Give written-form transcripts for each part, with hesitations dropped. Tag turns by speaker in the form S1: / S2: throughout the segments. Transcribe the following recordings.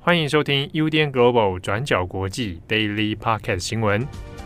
S1: 欢迎收听 UDN Global 转角国际 Daily Podcast 新闻。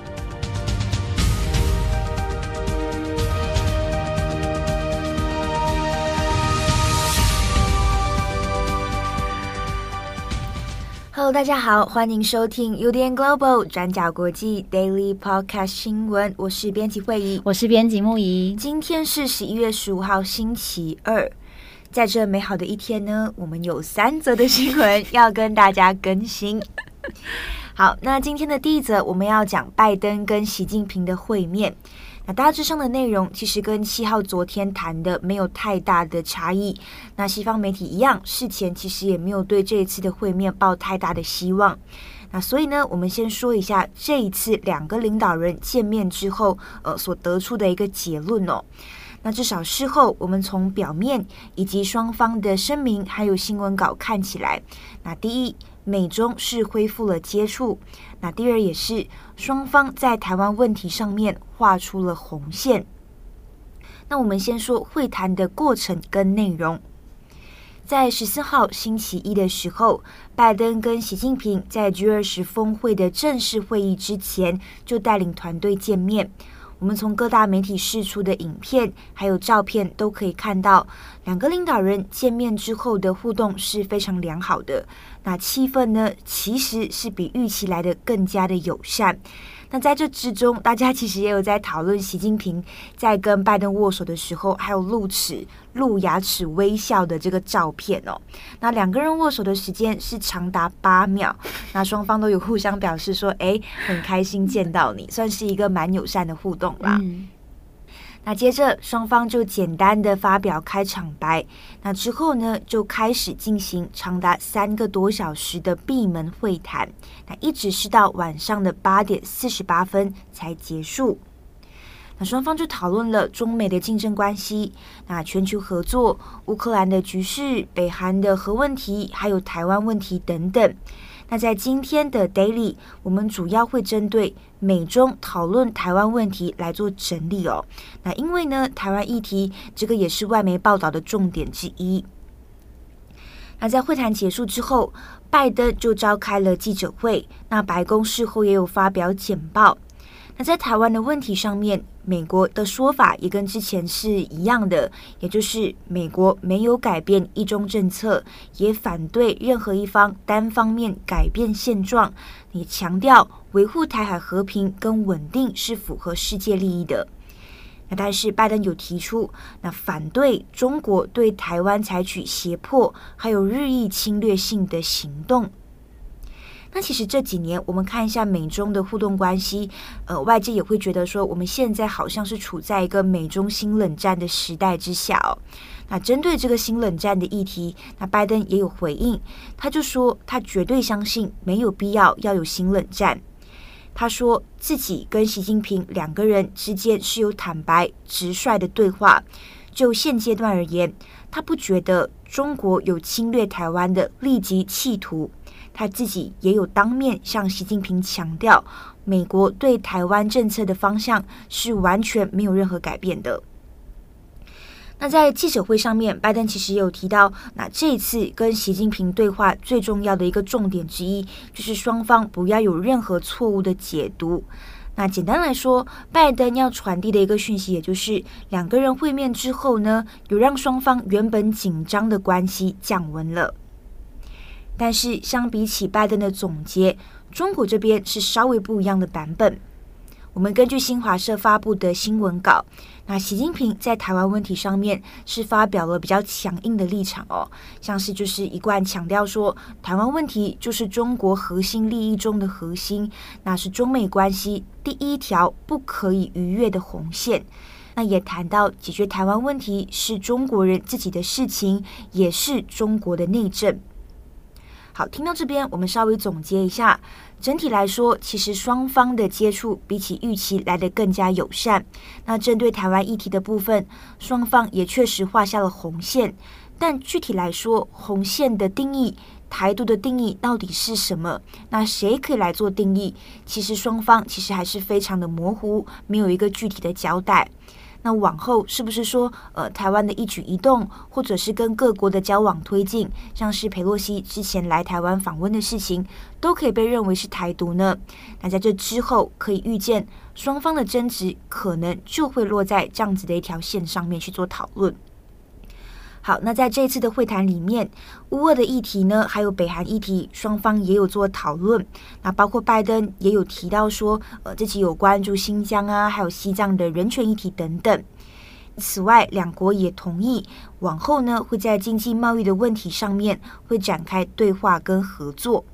S2: Hello， 大家好，欢迎收听 UDN Global 转角国际 Daily Podcast 新闻，我是编辑慧仪，
S3: 我是编辑木仪。
S2: 今天是11月15号星期二，在这美好的一天呢，我们有3则的新闻要跟大家更新。好，那今天的第一则我们要讲拜登跟习近平的会面。那大致上的内容其实跟7号昨天谈的没有太大的差异。那西方媒体一样，事前其实也没有对这一次的会面抱太大的希望。那所以呢，我们先说一下这一次2个领导人见面之后，所得出的一个结论哦。那至少事后，我们从表面以及双方的声明还有新闻稿看起来，那第一，美中是恢复了接触。那第二也是双方在台湾问题上面画出了红线。那我们先说会谈的过程跟内容。在14号星期一的时候，拜登跟习近平在 G20 峰会的正式会议之前就带领团队见面。我们从各大媒体释出的影片还有照片都可以看到，2个领导人见面之后的互动是非常良好的。那气氛呢，其实是比预期来的更加的友善。那在这之中，大家其实也有在讨论习近平在跟拜登握手的时候，还有露牙齿微笑的这个照片哦。那2个人握手的时间是长达8秒，那双方都有互相表示说，很开心见到你，算是一个蛮友善的互动啦。那接着双方就简单的发表开场白，那之后呢就开始进行长达3个多小时的闭门会谈，那一直是到晚上的8点48分才结束。那双方就讨论了中美的竞争关系，那全球合作、乌克兰的局势、北韩的核问题，还有台湾问题等等。那在今天的 Daily， 我们主要会针对美中讨论台湾问题来做整理哦。那因为呢，台湾议题这个也是外媒报道的重点之一。那在会谈结束之后，拜登就召开了记者会，那白宫事后也有发表简报。那在台湾的问题上面，美国的说法也跟之前是一样的，也就是美国没有改变一中政策，也反对任何一方单方面改变现状，也强调维护台海和平跟稳定是符合世界利益的。那但是拜登有提出，那反对中国对台湾采取胁迫还有日益侵略性的行动。那其实这几年我们看一下美中的互动关系，外界也会觉得说我们现在好像是处在一个美中新冷战的时代之下哦。那针对这个新冷战的议题，那拜登也有回应，他就说他绝对相信没有必要有新冷战。他说自己跟习近平2个人之间是有坦白直率的对话，就现阶段而言，他不觉得中国有侵略台湾的立即企图。他自己也有当面向习近平强调，美国对台湾政策的方向是完全没有任何改变的。那在记者会上面，拜登其实也有提到，那这一次跟习近平对话最重要的一个重点之一，就是双方不要有任何错误的解读。那简单来说，拜登要传递的一个讯息，也就是2个人会面之后呢，有让双方原本紧张的关系降温了。但是相比起拜登的总结，中国这边是稍微不一样的版本。我们根据新华社发布的新闻稿，那习近平在台湾问题上面是发表了比较强硬的立场哦，像是就是一贯强调说，台湾问题就是中国核心利益中的核心，那是中美关系第1条不可以逾越的红线。那也谈到解决台湾问题是中国人自己的事情，也是中国的内政。好，听到这边，我们稍微总结一下。整体来说，其实双方的接触比起预期来得更加友善。那针对台湾议题的部分，双方也确实画下了红线。但具体来说，红线的定义、台独的定义到底是什么？那谁可以来做定义？其实双方还是非常的模糊，没有一个具体的交代。 那往后是不是说台湾的一举一动，或者是跟各国的交往推进，像是裴洛西之前来台湾访问的事情，都可以被认为是台独呢？那在这之后可以预见双方的争执可能就会落在这样子的一条线上面去做讨论。好，那在这次的会谈里面，乌俄的议题呢，还有北韩议题，双方也有做讨论。那包括拜登也有提到说，自己有关注新疆啊，还有西藏的人权议题等等。此外，两国也同意往后呢，会在经济贸易的问题上面会展开对话跟合作。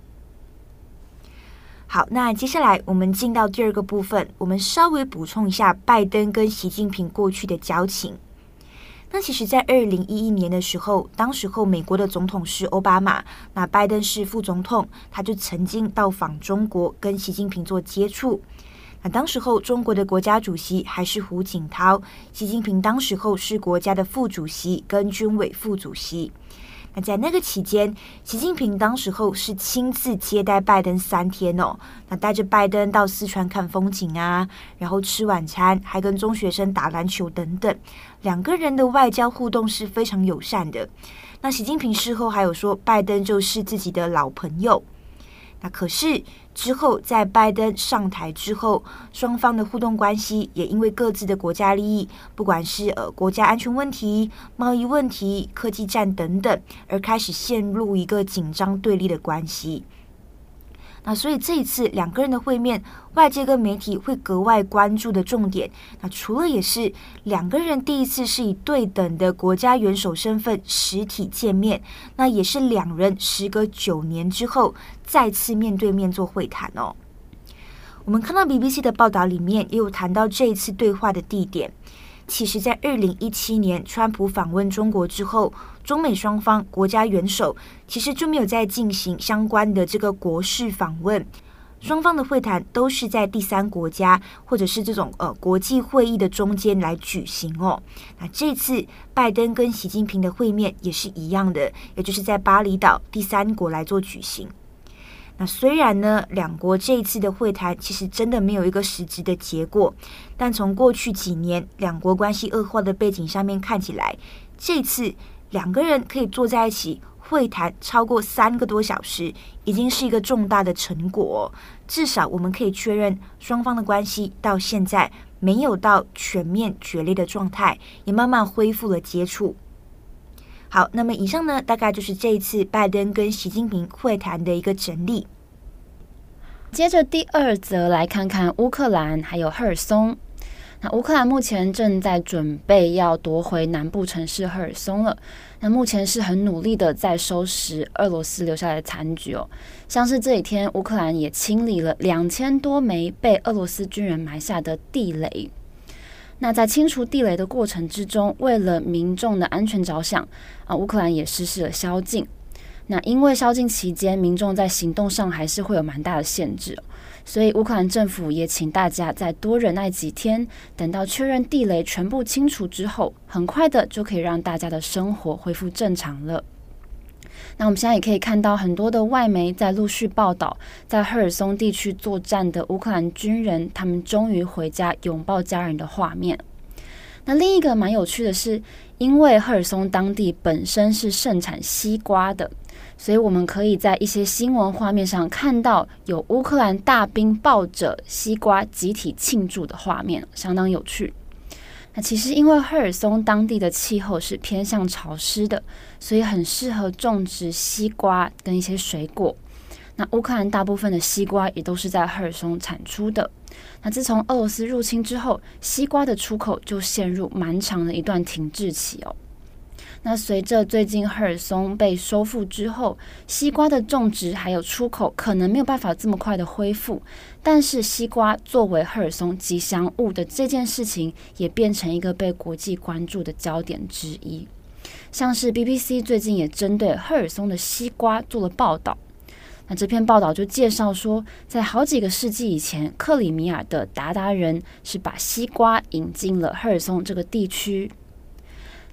S2: 好，那接下来我们进到第二个部分，我们稍微补充一下拜登跟习近平过去的交情。那其实在2011年的时候，当时候美国的总统是奥巴马，那拜登是副总统，他就曾经到访中国跟习近平做接触。那当时候中国的国家主席还是胡锦涛，习近平当时候是国家的副主席跟军委副主席。那在那个期间，习近平当时候是亲自接待拜登3天哦，那带着拜登到四川看风景啊，然后吃晚餐，还跟中学生打篮球等等，两个人的外交互动是非常友善的。那习近平事后还有说，拜登就是自己的老朋友。那可是之后在拜登上台之后，双方的互动关系也因为各自的国家利益，不管是国家安全问题、贸易问题、科技战等等，而开始陷入一个紧张对立的关系。那所以这一次两个人的会面，外界跟媒体会格外关注的重点，那除了也是两个人第一次是以对等的国家元首身份实体见面，那也是两人时隔9年之后再次面对面做会谈哦。我们看到 BBC 的报道里面也有谈到这一次对话的地点。其实在2017年川普访问中国之后，中美双方国家元首其实就没有再进行相关的这个国事访问，双方的会谈都是在第三国家或者是这种国际会议的中间来举行哦。那这次拜登跟习近平的会面也是一样的，也就是在巴厘岛第三国来做举行。那虽然呢，两国这一次的会谈其实真的没有一个实质的结果，但从过去几年两国关系恶化的背景上面看起来，这次两个人可以坐在一起会谈超过3个多小时，已经是一个重大的成果。至少我们可以确认，双方的关系到现在没有到全面决裂的状态，也慢慢恢复了接触。好，那么以上呢，大概就是这一次拜登跟习近平会谈的一个整理。
S3: 接着第二则来看看乌克兰还有赫尔松。那乌克兰目前正在准备要夺回南部城市赫尔松了。那目前是很努力的在收拾俄罗斯留下来的残局哦。像是这几天乌克兰也清理了2000多枚被俄罗斯军人埋下的地雷。那在清除地雷的过程之中，为了民众的安全着想乌克兰也实施了宵禁。那因为宵禁期间民众在行动上还是会有蛮大的限制所以乌克兰政府也请大家再多忍耐几天，等到确认地雷全部清除之后，很快的就可以让大家的生活恢复正常了。那我们现在也可以看到很多的外媒在陆续报道，在赫尔松地区作战的乌克兰军人，他们终于回家拥抱家人的画面。那另一个蛮有趣的是，因为赫尔松当地本身是盛产西瓜的，所以我们可以在一些新闻画面上看到有乌克兰大兵抱着西瓜集体庆祝的画面，相当有趣。那其实因为赫尔松当地的气候是偏向潮湿的，所以很适合种植西瓜跟一些水果。那乌克兰大部分的西瓜也都是在赫尔松产出的。那自从俄罗斯入侵之后，西瓜的出口就陷入蛮长的一段停滞期哦。那随着最近赫尔松被收复之后，西瓜的种植还有出口可能没有办法这么快的恢复，但是西瓜作为赫尔松吉祥物的这件事情也变成一个被国际关注的焦点之一。像是 BBC 最近也针对赫尔松的西瓜做了报道。那这篇报道就介绍说，在好几个世纪以前，克里米亚的鞑靼人是把西瓜引进了赫尔松这个地区。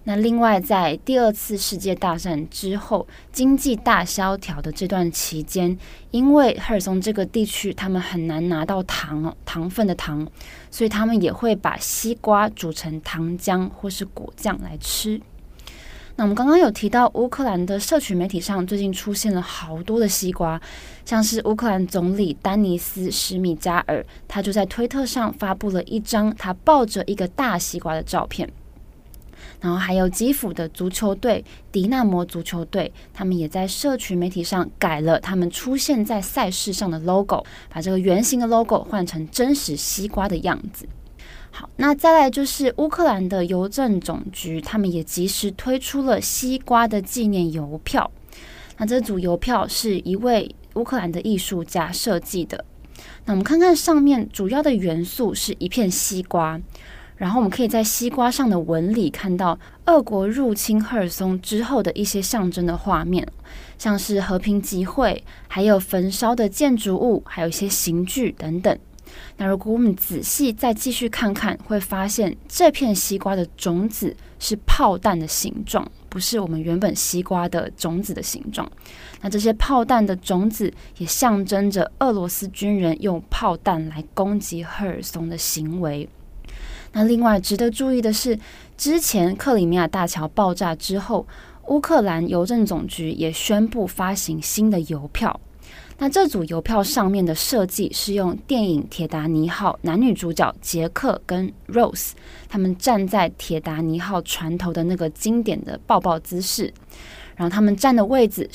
S3: 那另外，在第二次世界大战之后，经济大萧条的这段期间，因为赫尔松这个地区他们很难拿到糖分的糖，所以他们也会把西瓜煮成糖浆或是果酱来吃。那我们刚刚有提到，乌克兰的社群媒体上最近出现了好多的西瓜，像是乌克兰总理丹尼斯·施米加尔，他就在推特上发布了一张他抱着一个大西瓜的照片。然后还有基辅的足球队迪纳摩足球队，他们也在社群媒体上改了他们出现在赛事上的 logo， 把这个圆形的 logo 换成真实西瓜的样子。好，那再来就是乌克兰的邮政总局，他们也及时推出了西瓜的纪念邮票。那这组邮票是一位乌克兰的艺术家设计的。那我们看看上面主要的元素是一片西瓜，然后我们可以在西瓜上的纹理看到俄国入侵赫尔松之后的一些象征的画面，像是和平集会，还有焚烧的建筑物，还有一些刑具等等。那如果我们仔细再继续看看，会发现这片西瓜的种子是炮弹的形状，不是我们原本西瓜的种子的形状。那这些炮弹的种子也象征着俄罗斯军人用炮弹来攻击赫尔松的行为。那另外值得注意的是，之前克里米亚大桥爆炸之后，乌克兰邮政总局也宣布发行新的邮票。那这组邮票上面的设计是用电影《铁达尼号》男女主角杰克跟 Rose 他们站在铁达尼号船头的那个经典的抱抱姿势，然后他们站的位置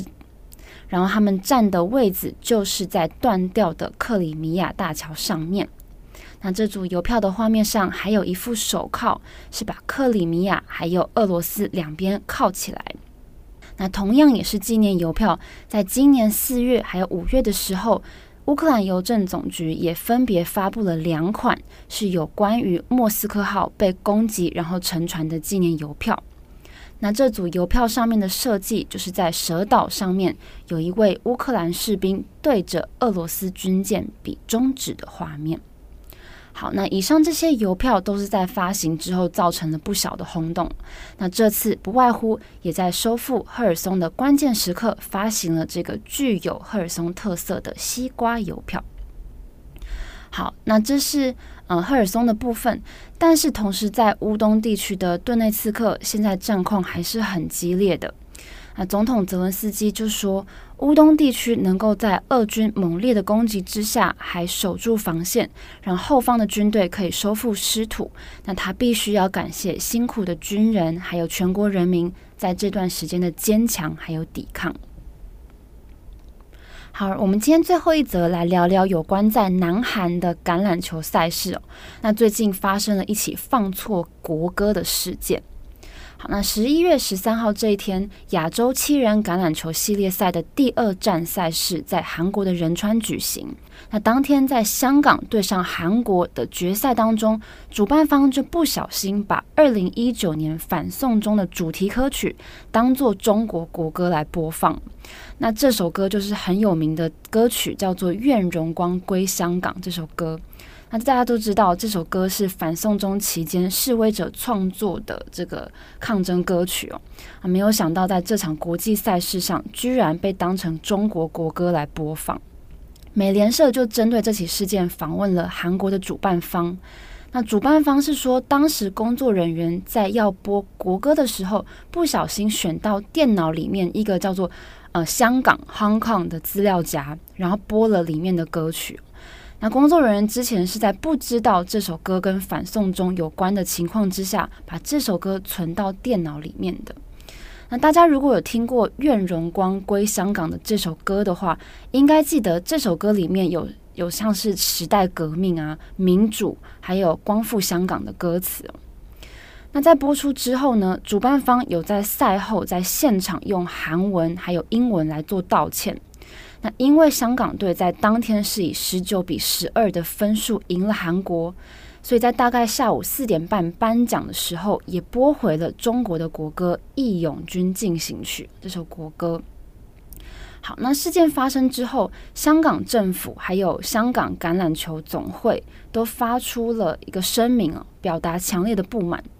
S3: 就是在断掉的克里米亚大桥上面。那这组邮票的画面上还有一副手铐，是把克里米亚还有俄罗斯两边铐起来。那同样也是纪念邮票，在今年4月还有5月的时候，乌克兰邮政总局也分别发布了2款是有关于莫斯科号被攻击然后沉船的纪念邮票。那这组邮票上面的设计就是在蛇岛上面有一位乌克兰士兵对着俄罗斯军舰比中指的画面。好，那以上这些邮票都是在发行之后造成了不小的轰动。那这次不外乎也在收复赫尔松的关键时刻发行了这个具有赫尔松特色的西瓜邮票。好，那这是赫尔松的部分，但是同时在乌东地区的顿内茨克现在战况还是很激烈的。那总统泽伦斯基就说，乌东地区能够在俄军猛烈的攻击之下还守住防线，让后方的军队可以收复失土。那他必须要感谢辛苦的军人还有全国人民在这段时间的坚强还有抵抗。好，我们今天最后一则来聊聊有关在南韩的橄榄球赛事。那最近发生了一起放错国歌的事件。好，那11月13号这一天，亚洲7人橄榄球系列赛的第2站赛事在韩国的仁川举行。那当天在香港对上韩国的决赛当中，主办方就不小心把2019年反送中的主题歌曲当作中国国歌来播放。那这首歌就是很有名的歌曲，叫做《愿荣光归香港》这首歌。那大家都知道，这首歌是反送中期间示威者创作的这个抗争歌曲没有想到在这场国际赛事上，居然被当成中国国歌来播放。美联社就针对这起事件访问了韩国的主办方。那主办方是说，当时工作人员在要播国歌的时候，不小心选到电脑里面一个叫做香港 Hong Kong 的资料夹，然后播了里面的歌曲。那工作人员之前是在不知道这首歌跟反送中有关的情况之下，把这首歌存到电脑里面的。那大家如果有听过《愿荣光归香港》的这首歌的话，应该记得这首歌里面有像是时代革命啊、民主，还有光复香港的歌词。那在播出之后呢，主办方有在赛后在现场用韩文还有英文来做道歉。那因为香港队在当天是以19-12的分数赢了韩国，所以在大概下午4点半颁奖的时候，也播回了中国的国歌《义勇军进行曲》这首国歌。好，那事件发生之后，香港政府还有香港橄榄球总会都发出了一个声明表达强烈的不满。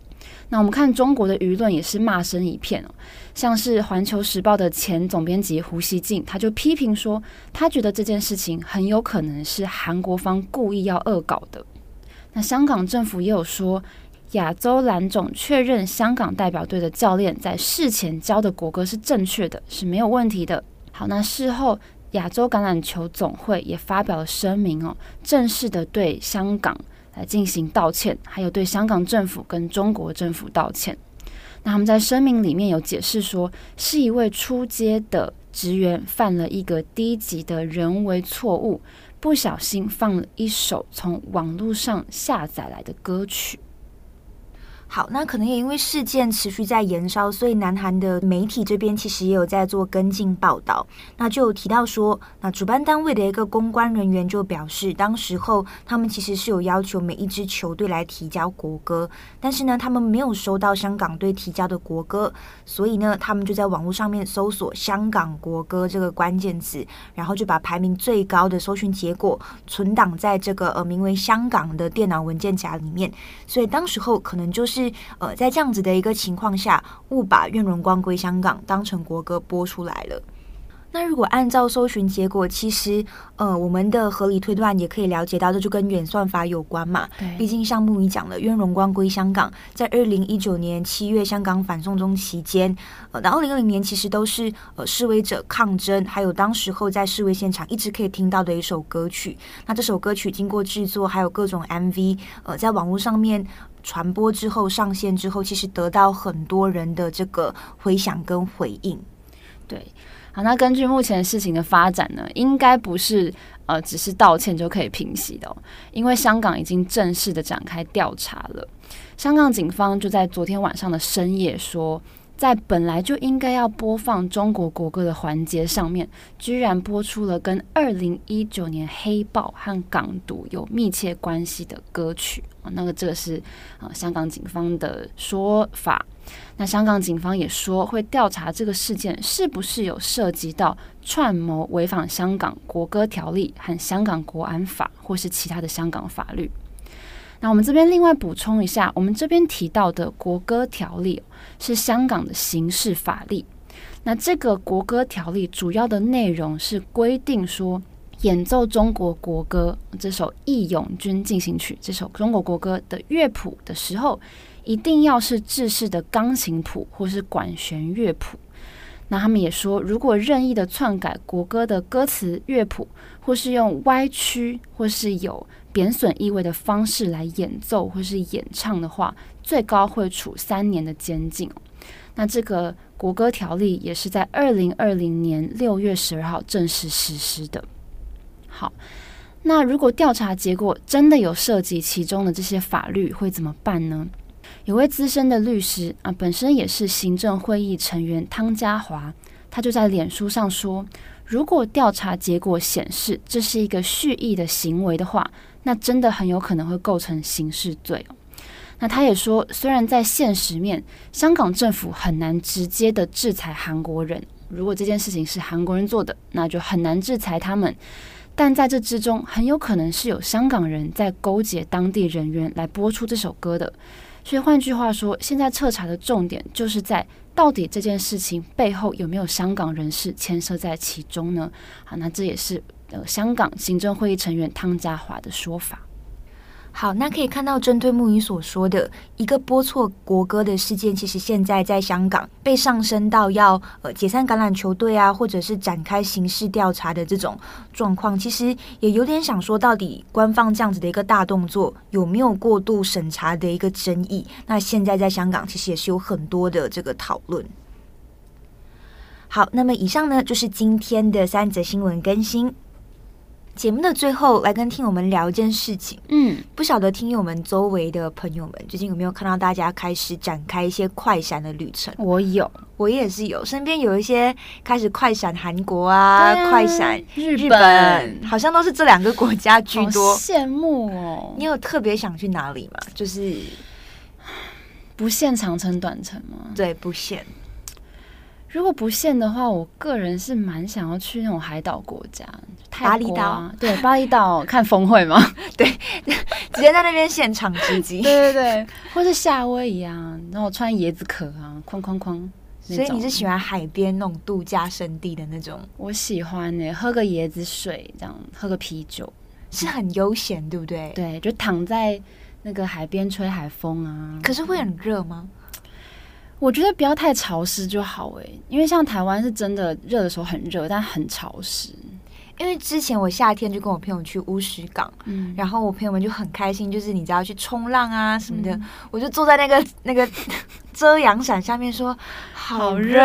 S3: 那我们看中国的舆论也是骂声一片哦，像是《环球时报》的前总编辑胡锡进，他就批评说，他觉得这件事情很有可能是韩国方故意要恶搞的。那香港政府也有说，亚洲蓝种确认香港代表队的教练在事前教的国歌是正确的，是没有问题的。好，那事后亚洲橄榄球总会也发表了声明哦，正式的对香港来进行道歉，还有对香港政府跟中国政府道歉。那他们在声明里面有解释说，是一位初阶的职员犯了一个低级的人为错误，不小心放了一首从网络上下载来的歌曲。
S2: 好，那可能也因为事件持续在延烧，所以南韩的媒体这边其实也有在做跟进报道。那就有提到说，那主办单位的一个公关人员就表示，当时候他们其实是有要求每一支球队来提交国歌，但是呢，他们没有收到香港队提交的国歌，所以呢，他们就在网络上面搜索香港国歌这个关键词，然后就把排名最高的搜寻结果存档在这个名为香港的电脑文件夹里面，所以当时候可能就是在这样子的一个情况下，误把愿荣光归香港当成国歌播出来了。那如果按照搜寻结果，其实我们的合理推断也可以了解到，这就跟演算法有关嘛。毕竟像木鱼讲的，愿荣光归香港，在2019年7月香港反送中期间，到2020年其实都是示威者抗争，还有当时候在示威现场一直可以听到的一首歌曲。那这首歌曲经过制作，还有各种 MV，在网络上面传播之后上线之后，其实得到很多人的这个回响跟回应。
S3: 对，好，那根据目前事情的发展呢，应该不是只是道歉就可以平息的哦，因为香港已经正式的展开调查了。香港警方就在昨天晚上的深夜说，在本来就应该要播放中国国歌的环节上面，居然播出了跟2019年黑暴和港独有密切关系的歌曲。这个是香港警方的说法。那香港警方也说会调查这个事件是不是有涉及到串谋违反香港国歌条例和香港国安法或是其他的香港法律。那我们这边另外补充一下，我们这边提到的国歌条例是香港的刑事法例。那这个国歌条例主要的内容是规定说，演奏中国国歌这首《义勇军进行曲》这首中国国歌的乐谱的时候，一定要是制式的钢琴谱或是管弦乐谱。那他们也说，如果任意的篡改国歌的歌词乐谱，或是用歪曲或是有贬损意味的方式来演奏或是演唱的话，最高会处3年的监禁。那这个国歌条例也是在2020年6月12号正式实施的。好，那如果调查结果真的有涉及其中的这些法律，会怎么办呢？有位资深的律师本身也是行政会议成员汤家骅，他就在脸书上说，如果调查结果显示这是一个蓄意的行为的话，那真的很有可能会构成刑事罪哦。那他也说，虽然在现实面，香港政府很难直接的制裁韩国人，如果这件事情是韩国人做的，那就很难制裁他们，但在这之中，很有可能是有香港人在勾结当地人员来播出这首歌的。所以换句话说，现在彻查的重点就是在到底这件事情背后有没有香港人士牵涉在其中呢？好，那这也是香港行政会议成员汤家骅的说法。
S2: 好，那可以看到针对木鱼所说的一个播错国歌的事件，其实现在在香港被上升到要解散橄榄球队啊，或者是展开刑事调查的这种状况，其实也有点想说，到底官方这样子的一个大动作有没有过度审查的一个争议？那现在在香港其实也是有很多的这个讨论。好，那么以上呢就是今天的3则新闻更新。节目的最后，来跟听友们聊一件事情。不晓得听友们周围的朋友们最近有没有看到大家开始展开一些快闪的旅程？
S3: 我有，
S2: 我也是有，身边有一些开始快闪韩国啊，快闪
S3: 日本，
S2: 好像都是这2个国家居多。
S3: 好羡慕哦！
S2: 你有特别想去哪里吗？就是
S3: 不限长程短程吗？
S2: 对，不限。如
S3: 果不限的话，我个人是蛮想要去那种海岛国家，
S2: 巴厘岛，
S3: 对，巴厘岛看峰会吗？
S2: 对，直接在那边现场直击。
S3: 对对对，或是夏威夷啊，然后穿椰子壳啊，框框框。
S2: 所以你是喜欢海边那种度假胜地的那种？
S3: 我喜欢呢，喝个椰子水，这样喝个啤酒，
S2: 是很悠闲，对不对？
S3: 对，就躺在那个海边吹海风啊。
S2: 可是会很热吗？
S3: 我觉得不要太潮湿就好因为像台湾是真的热的时候很热，但很潮湿。
S2: 因为之前我夏天就跟我朋友去乌石港，然后我朋友们就很开心，就是你知道去冲浪啊什么的，我就坐在那个遮阳伞下面说好热。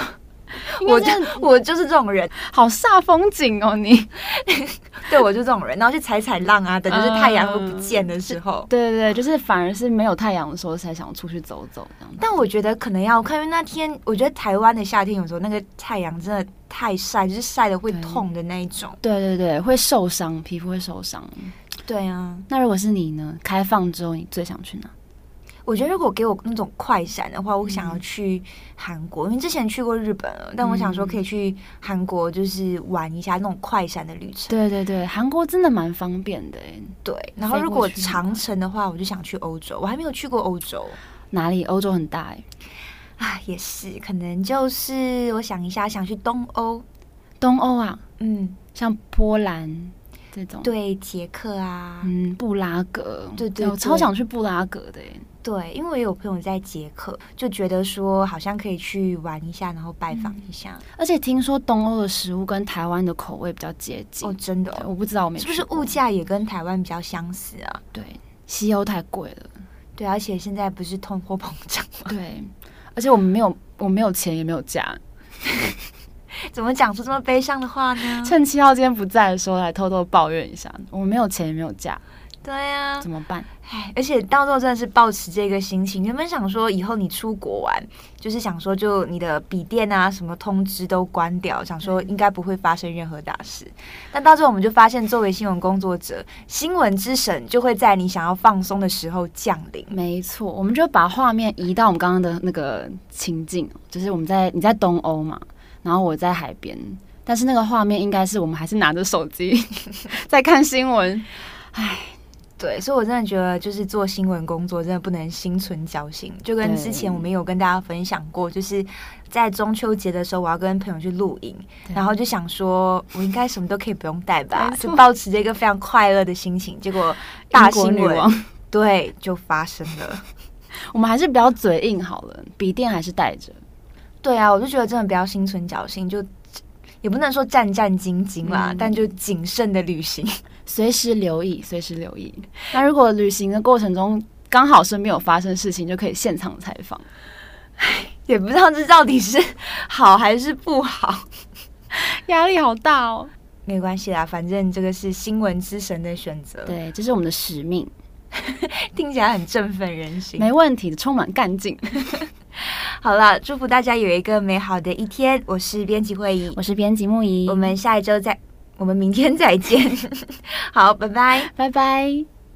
S2: 我就是这种人，
S3: 好煞风景哦你。
S2: 对，我就这种人，然后去踩浪啊，等就是太阳都不见的时候。
S3: 对对对，就是反而是没有太阳的时候才想出去走走这样。
S2: 但我觉得可能要看，因为那天我觉得台湾的夏天有时候那个太阳真的太晒，就是晒的会痛的那一种。
S3: 对对对，会受伤，皮肤会受伤。
S2: 对啊，
S3: 那如果是你呢？开放之后你最想去哪？
S2: 我觉得如果给我那种快闪的话，我想要去韩国，因为之前去过日本了，但我想说可以去韩国，就是玩一下那种快闪的旅程。
S3: 对对对，韩国真的蛮方便的
S2: 对，然后如果长程的话，我就想去欧洲，我还没有去过欧洲。
S3: 哪里？欧洲很大
S2: 也是，可能就是我想一下，想去东欧。
S3: 东欧啊，像波兰这种，
S2: 对，捷克啊，
S3: 布拉格，
S2: 对对，
S3: 我超想去布拉格的
S2: 对，因为我也有朋友在捷克，就觉得说好像可以去玩一下，然后拜访一下。
S3: 而且听说东欧的食物跟台湾的口味比较接近。
S2: 哦，真的
S3: 我不知道，我没去过。
S2: 是不是物价也跟台湾比较相似啊？
S3: 对，西欧太贵了。
S2: 对，而且现在不是通货膨胀吗？
S3: 对，而且我没有钱，也没有假。
S2: 怎么讲出这么悲伤的话呢？
S3: 趁7号今天不在的时候来偷偷抱怨一下，我没有钱也没有假。
S2: 对啊，
S3: 怎么办？
S2: 而且到时候真的是抱持这个心情，原本想说以后你出国玩，就是想说就你的笔电啊什么通知都关掉，想说应该不会发生任何大事。但到最后我们就发现，作为新闻工作者，新闻之神就会在你想要放松的时候降临。
S3: 没错，我们就把画面移到我们刚刚的那个情境，就是你在东欧嘛，然后我在海边，但是那个画面应该是我们还是拿着手机在看新闻。
S2: 对，所以我真的觉得，就是做新闻工作真的不能心存侥幸。就跟之前我们有跟大家分享过，就是在中秋节的时候，我要跟朋友去露营，然后就想说，我应该什么都可以不用带吧，就抱持着一个非常快乐的心情。结果大新闻对就发生了。
S3: 我们还是不要嘴硬好了，笔电还是带着。
S2: 对啊，我就觉得真的不要心存侥幸，就也不能说战战兢兢啦，但就谨慎的旅行。
S3: 随时留意，随时留意。那如果旅行的过程中刚好身边有发生事情，就可以现场采访。
S2: 也不知道这到底是好还是不好，
S3: 压力好大哦。
S2: 没关系啦，反正这个是新闻之神的选择。
S3: 对，这是我们的使命。
S2: 听起来很振奋人心。
S3: 没问题的，充满干劲。
S2: 好了，祝福大家有一个美好的一天。我是编辑慧仪，
S3: 我是编辑木仪，
S2: 我们明天再见。好，拜拜，
S3: 拜拜。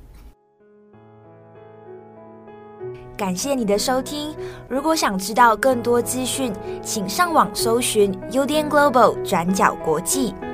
S2: 感谢你的收听。如果想知道更多资讯，请上网搜寻 UDN Global 转角国际。